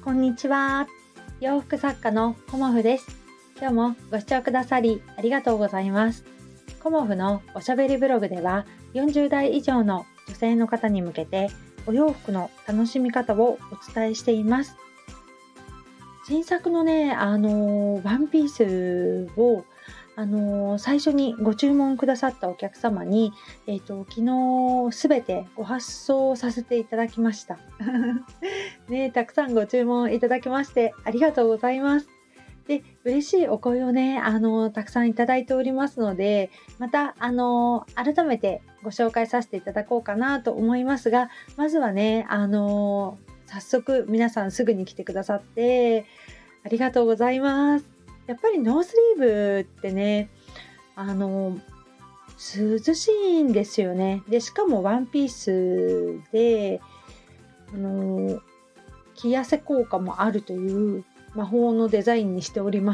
こんにちは。洋服作家のコモフです。今日もご視聴くださりありがとうございます。コモフのおしゃべりブログでは40代以上の女性の方に向けてお洋服の楽しみ方をお伝えしています。新作のね、ワンピースを最初にご注文くださったお客様に、昨日すべてご発送させていただきました。ね、たくさんご注文いただきましてありがとうございます。で、嬉しいお声をね、たくさんいただいておりますので、また、改めてご紹介させていただこうかなと思いますが、まずはね、早速皆さんすぐに来てくださってありがとうございます。やっぱりノースリーブってね、涼しいんですよね。で、しかもワンピースで、着痩せ効果もあるという魔法のデザインにしております。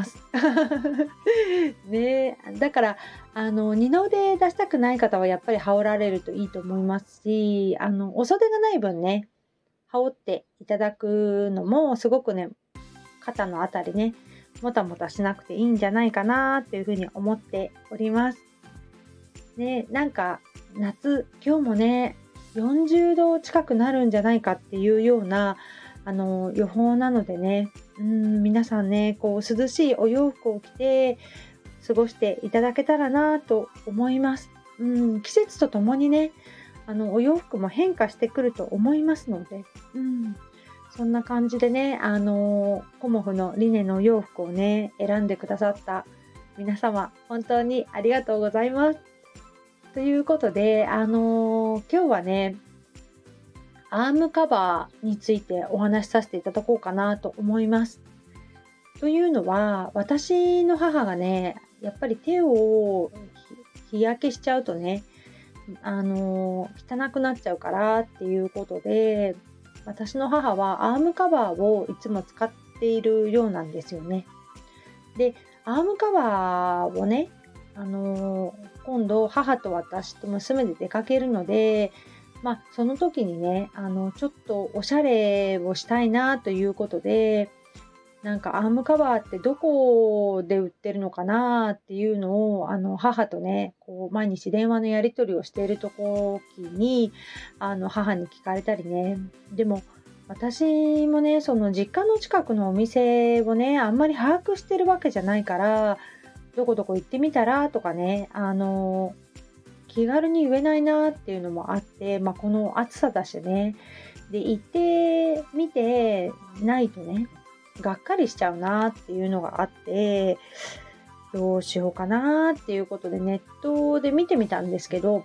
ね、だから二の腕出したくない方はやっぱり羽織られるといいと思いますし、お袖がない分ね、羽織っていただくのもすごくね、肩のあたりね、もたもたしなくていいんじゃないかなっていうふうに思っております。ね、なんか夏、今日もね、40度近くなるんじゃないかっていうような予報なのでね、皆さんね、こう涼しいお洋服を着て過ごしていただけたらなと思います。季節とともにね、お洋服も変化してくると思いますので、そんな感じでね、コモフのリネのお洋服をね、選んでくださった皆様、本当にありがとうございます。ということで、今日はね、アームカバーについてお話しさせていただこうかなと思います。というのは、私の母がね、やっぱり手を日焼けしちゃうとね、汚くなっちゃうからっていうことで、私の母はアームカバーをいつも使っているようなんですよね。で、アームカバーをね、今度母と私と娘で出かけるので、その時にね、ちょっとおしゃれをしたいなということで、なんかアームカバーってどこで売ってるのかなっていうのを母とねこう毎日電話のやり取りをしている時に母に聞かれたりね。でも私もねその実家の近くのお店をねあんまり把握してるわけじゃないから、どこどこ行ってみたらとかね気軽に言えないなっていうのもあって、この暑さだしね、で行ってみてないとねがっかりしちゃうなっていうのがあって、どうしようかなっていうことでネットで見てみたんですけど、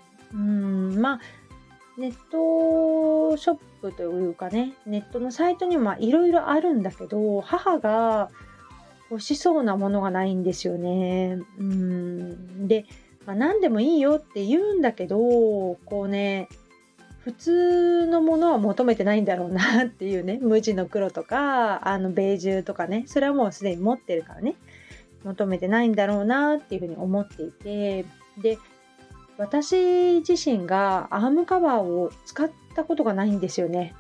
ネットショップというかね、ネットのサイトにもいろいろあるんだけど、母が欲しそうなものがないんですよね。で、何でもいいよって言うんだけど、こうね、普通のものは求めてないんだろうなっていうね、無地の黒とかベージュとかね、それはもうすでに持ってるからね、求めてないんだろうなっていうふうに思っていて、で、私自身がアームカバーを使ったことがないんですよね。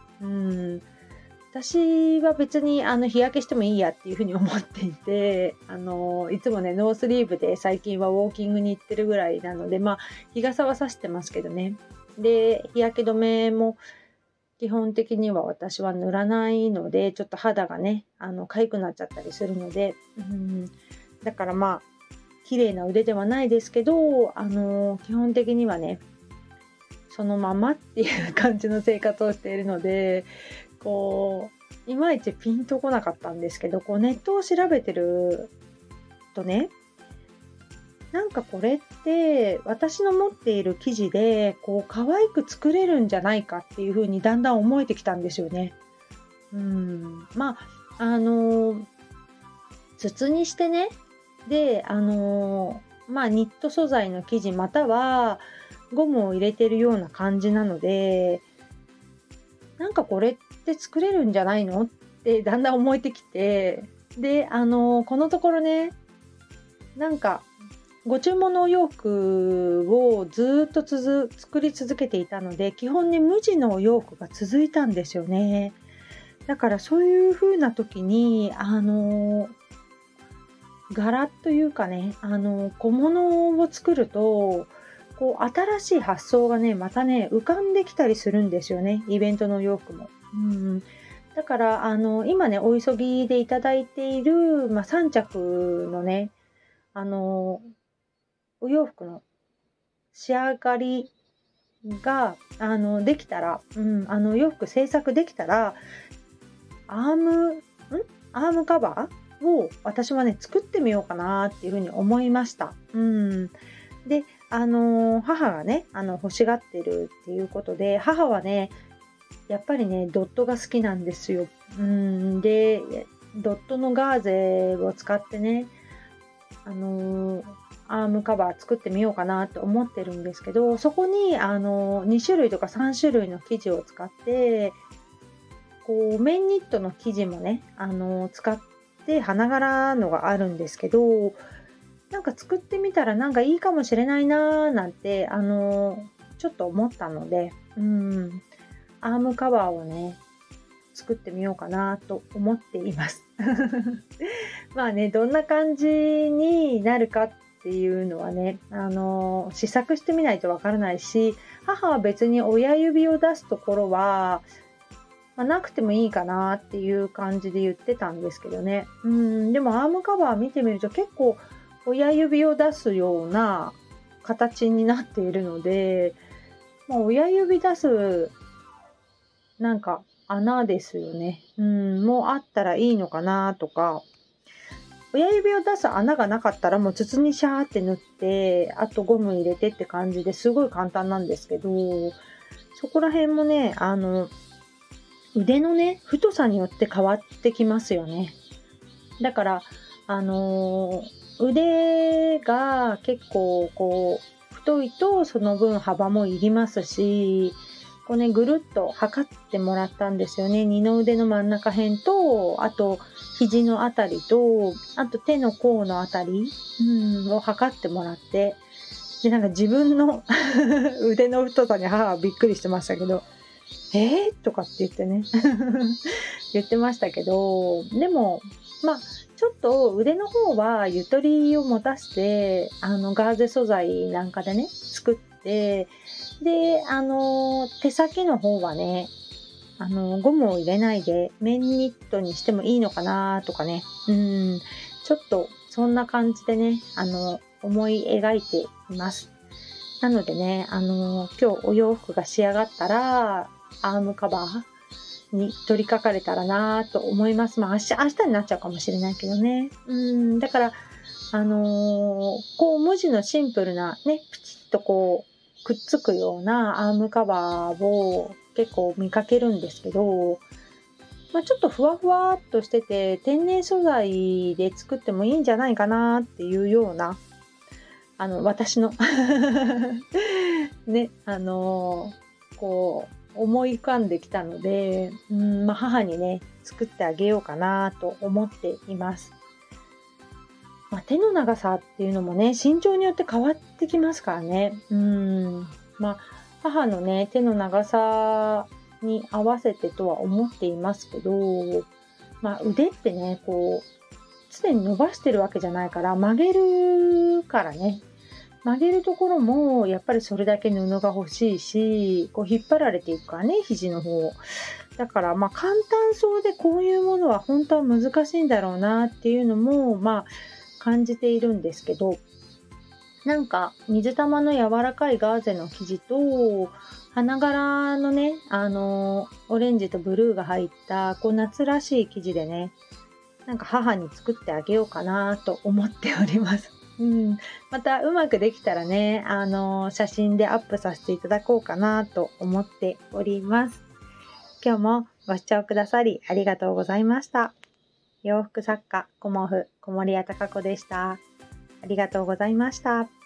私は別に日焼けしてもいいやっていうふうに思っていて、いつもねノースリーブで最近はウォーキングに行ってるぐらいなので、日傘は差してますけどね。で、日焼け止めも基本的には私は塗らないので、ちょっと肌がね、痒くなっちゃったりするので、だから綺麗な腕ではないですけど、基本的にはね、そのままっていう感じの生活をしているので、こう、いまいちピンとこなかったんですけど、こうネットを調べてるとね、なんかこれって私の持っている生地でこう可愛く作れるんじゃないかっていう風にだんだん思えてきたんですよね。筒にしてね、でニット素材の生地またはゴムを入れてるような感じなので、なんかこれって作れるんじゃないのってだんだん思えてきて、でこのところね、なんかご注文のお洋服をずっと作り続けていたので、基本ね無地のお洋服が続いたんですよね。 だからそういう風な時に柄というかね、小物を作ると、こう新しい発想がね、またね、浮かんできたりするんですよね、イベントのお洋服も。だから、今ね、お急ぎでいただいている、3着のね、お洋服の仕上がりが、できたら、お洋服制作できたら、アームアームカバーを私はね、作ってみようかなっていう風に思いました。で、母がね、欲しがってるっていうことで、母はね、やっぱりね、ドットが好きなんですよ。で、ドットのガーゼを使ってね、アームカバー作ってみようかなと思ってるんですけど、そこに2種類とか3種類の生地を使って、こう綿ニットの生地もね、使って花柄のがあるんですけど、なんか作ってみたらなんかいいかもしれないなーなんて、ちょっと思ったので、アームカバーをね、作ってみようかなと思っています。まあね、どんな感じになるかっていうのはね、試作してみないとわからないし、母は別に親指を出すところは、なくてもいいかなっていう感じで言ってたんですけどね。でもアームカバー見てみると結構親指を出すような形になっているので、親指出すなんか穴ですよね。もうあったらいいのかなとか、親指を出す穴がなかったらもう筒にシャーって塗って、あとゴム入れてって感じですごい簡単なんですけど、そこら辺もね、腕のね、太さによって変わってきますよね。だから、腕が結構こう、太いとその分幅もいりますし、こうね、ぐるっと測ってもらったんですよね。二の腕の真ん中辺と、あと肘のあたりと、あと手の甲のあたり、を測ってもらって、で、なんか自分の腕の太さに母はびっくりしてましたけど、とかって言ってね言ってましたけど、でも、ちょっと腕の方はゆとりを持たせて、ガーゼ素材なんかでね、作って、で、手先の方はね、ゴムを入れないで綿ニットにしてもいいのかなとかね、ちょっとそんな感じでね、思い描いています。なのでね、今日お洋服が仕上がったら、アームカバーに取り掛かれたらなと思います。明日になっちゃうかもしれないけどね。だから、こう無地のシンプルなね、プチッとこう、くっつくようなアームカバーを結構見かけるんですけど、ちょっとふわふわっとしてて、天然素材で作ってもいいんじゃないかなっていうような、私のね、こう、思い浮かんできたので、母にね、作ってあげようかなと思っています。手の長さっていうのもね、身長によって変わってきますからね。母のね、手の長さに合わせてとは思っていますけど、腕ってね、こう、常に伸ばしてるわけじゃないから、曲げるからね。曲げるところもやっぱりそれだけ布が欲しいし、こう引っ張られていくからね、肘の方。だから簡単そうでこういうものは本当は難しいんだろうなっていうのも感じているんですけど、なんか水玉の柔らかいガーゼの生地と花柄のね、オレンジとブルーが入ったこう夏らしい生地でね、なんか母に作ってあげようかなと思っております。またうまくできたらね、写真でアップさせていただこうかなと思っております。今日もご視聴くださりありがとうございました。洋服作家、コモフ、小森屋隆子でした。ありがとうございました。